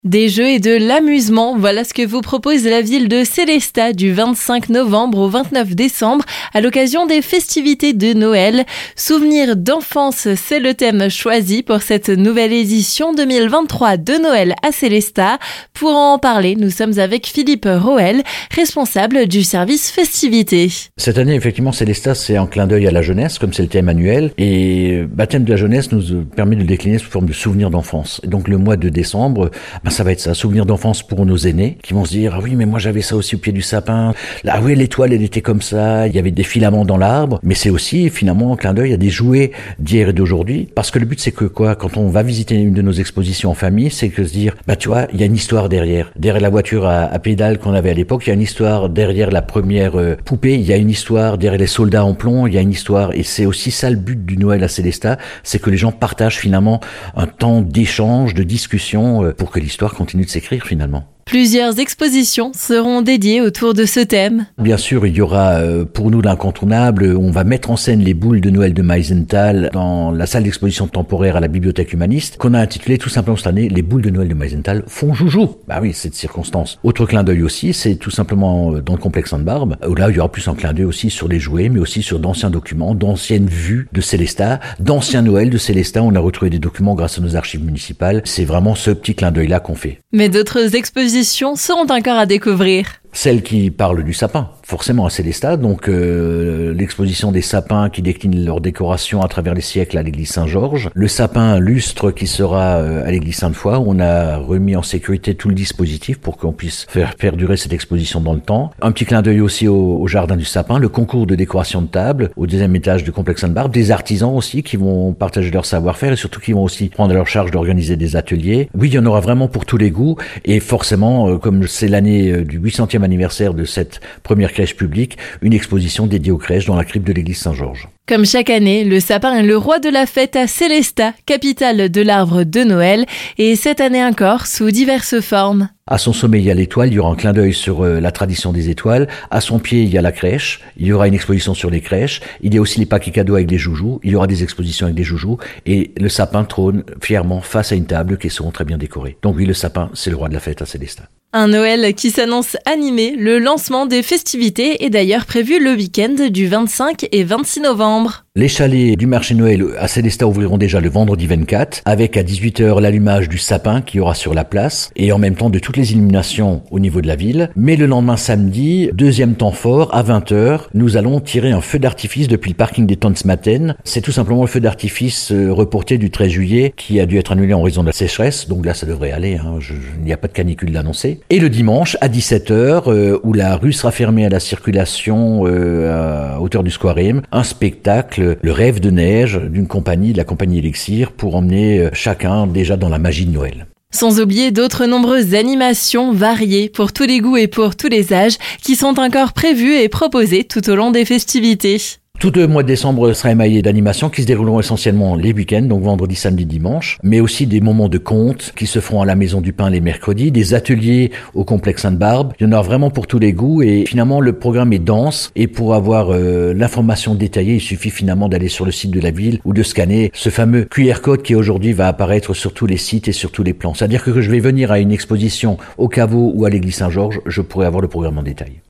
Des jeux et de l'amusement, voilà ce que vous propose la ville de Sélestat du 25 novembre au 29 décembre à l'occasion des festivités de Noël. Souvenirs d'enfance, c'est le thème choisi pour cette nouvelle édition 2023 de Noël à Sélestat. Pour en parler, nous sommes avec Philippe Roel, responsable du service festivités. Cette année, effectivement, Sélestat, c'est un clin d'œil à la jeunesse, comme c'est le thème annuel. Et baptême de la jeunesse nous permet de le décliner sous forme de souvenirs d'enfance. Et donc le mois de décembre, ça va être ça, souvenir d'enfance pour nos aînés qui vont se dire « Ah oui, mais moi j'avais ça aussi au pied du sapin. Ah oui, l'étoile, elle était comme ça. Il y avait des filaments dans l'arbre. » Mais c'est aussi finalement un clin d'œil à des jouets d'hier et d'aujourd'hui. Parce que le but, c'est que quand on va visiter une de nos expositions en famille, c'est que se dire « tu vois, il y a une histoire derrière. Derrière la voiture à pédales qu'on avait à l'époque, il y a une histoire derrière la première poupée. Il y a une histoire derrière les soldats en plomb. Il y a une histoire. » Et c'est aussi ça le but du Noël à Sélestat, c'est que les gens partagent finalement un temps d'échange, de discussion pour que l'histoire continue de s'écrire finalement. Plusieurs expositions seront dédiées autour de ce thème. Bien sûr, il y aura pour nous l'incontournable, on va mettre en scène les boules de Noël de Meisenthal dans la salle d'exposition temporaire à la Bibliothèque Humaniste, qu'on a intitulé tout simplement cette année « Les boules de Noël de Meisenthal font joujou ». Bah oui, c'est de circonstance. Autre clin d'œil aussi, c'est tout simplement dans le complexe Sainte-Barbe, où là il y aura plus un clin d'œil aussi sur les jouets, mais aussi sur d'anciens documents, d'anciennes vues de Sélestat, d'anciens Noël de Sélestat. On a retrouvé des documents grâce à nos archives municipales. C'est vraiment ce petit clin d'œil-là qu'on fait. Mais d'autres expositions seront encore à découvrir. Celle qui parle du sapin, forcément à Sélestat, donc l'exposition des sapins qui déclinent leur décoration à travers les siècles à l'église Saint-Georges, le sapin lustre qui sera à l'église Sainte-Foy, où on a remis en sécurité tout le dispositif pour qu'on puisse faire perdurer cette exposition dans le temps. Un petit clin d'œil aussi au jardin du sapin, le concours de décoration de table au deuxième étage du complexe Sainte-Barbe, des artisans aussi qui vont partager leur savoir-faire et surtout qui vont aussi prendre à leur charge d'organiser des ateliers. Oui, il y en aura vraiment pour tous les goûts et forcément, comme c'est l'année du 800e anniversaire de cette première crèche publique, une exposition dédiée aux crèches dans la crypte de l'église Saint-Georges. Comme chaque année, le sapin est le roi de la fête à Sélestat, capitale de l'arbre de Noël, et cette année encore sous diverses formes. À son sommet, il y a l'étoile, il y aura un clin d'œil sur la tradition des étoiles. À son pied, il y a la crèche, il y aura une exposition sur les crèches. Il y a aussi les paquets cadeaux avec des joujoux, il y aura des expositions avec des joujoux. Et le sapin trône fièrement face à une table qui seront très bien décorées. Donc oui, le sapin, c'est le roi de la fête à Sélestat. Un Noël qui s'annonce animé, le lancement des festivités est d'ailleurs prévu le week-end du 25 et 26 novembre. Les chalets du marché Noël à Sélestat ouvriront déjà le vendredi 24, avec à 18h l'allumage du sapin qui aura sur la place, et en même temps de toutes les illuminations au niveau de la ville. Mais le lendemain samedi, deuxième temps fort, à 20h, nous allons tirer un feu d'artifice depuis le parking des Tonsmatten. C'est tout simplement le feu d'artifice reporté du 13 juillet, qui a dû être annulé en raison de la sécheresse, donc là ça devrait aller, il n'y a pas de canicule d'annoncer. Et le dimanche, à 17h, où la rue sera fermée à la circulation à hauteur du Square M, un spectacle, le rêve de neige d'une compagnie, de la compagnie Elixir, pour emmener chacun déjà dans la magie de Noël. Sans oublier d'autres nombreuses animations variées pour tous les goûts et pour tous les âges qui sont encore prévues et proposées tout au long des festivités. Tout le mois de décembre sera émaillé d'animations qui se dérouleront essentiellement les week-ends, donc vendredi, samedi, dimanche, mais aussi des moments de contes qui se feront à la Maison du Pain les mercredis, des ateliers au complexe Sainte-Barbe. Il y en aura vraiment pour tous les goûts et finalement le programme est dense et pour avoir l'information détaillée, il suffit finalement d'aller sur le site de la ville ou de scanner ce fameux QR code qui aujourd'hui va apparaître sur tous les sites et sur tous les plans. C'est-à-dire que je vais venir à une exposition au caveau ou à l'église Saint-Georges, je pourrai avoir le programme en détail.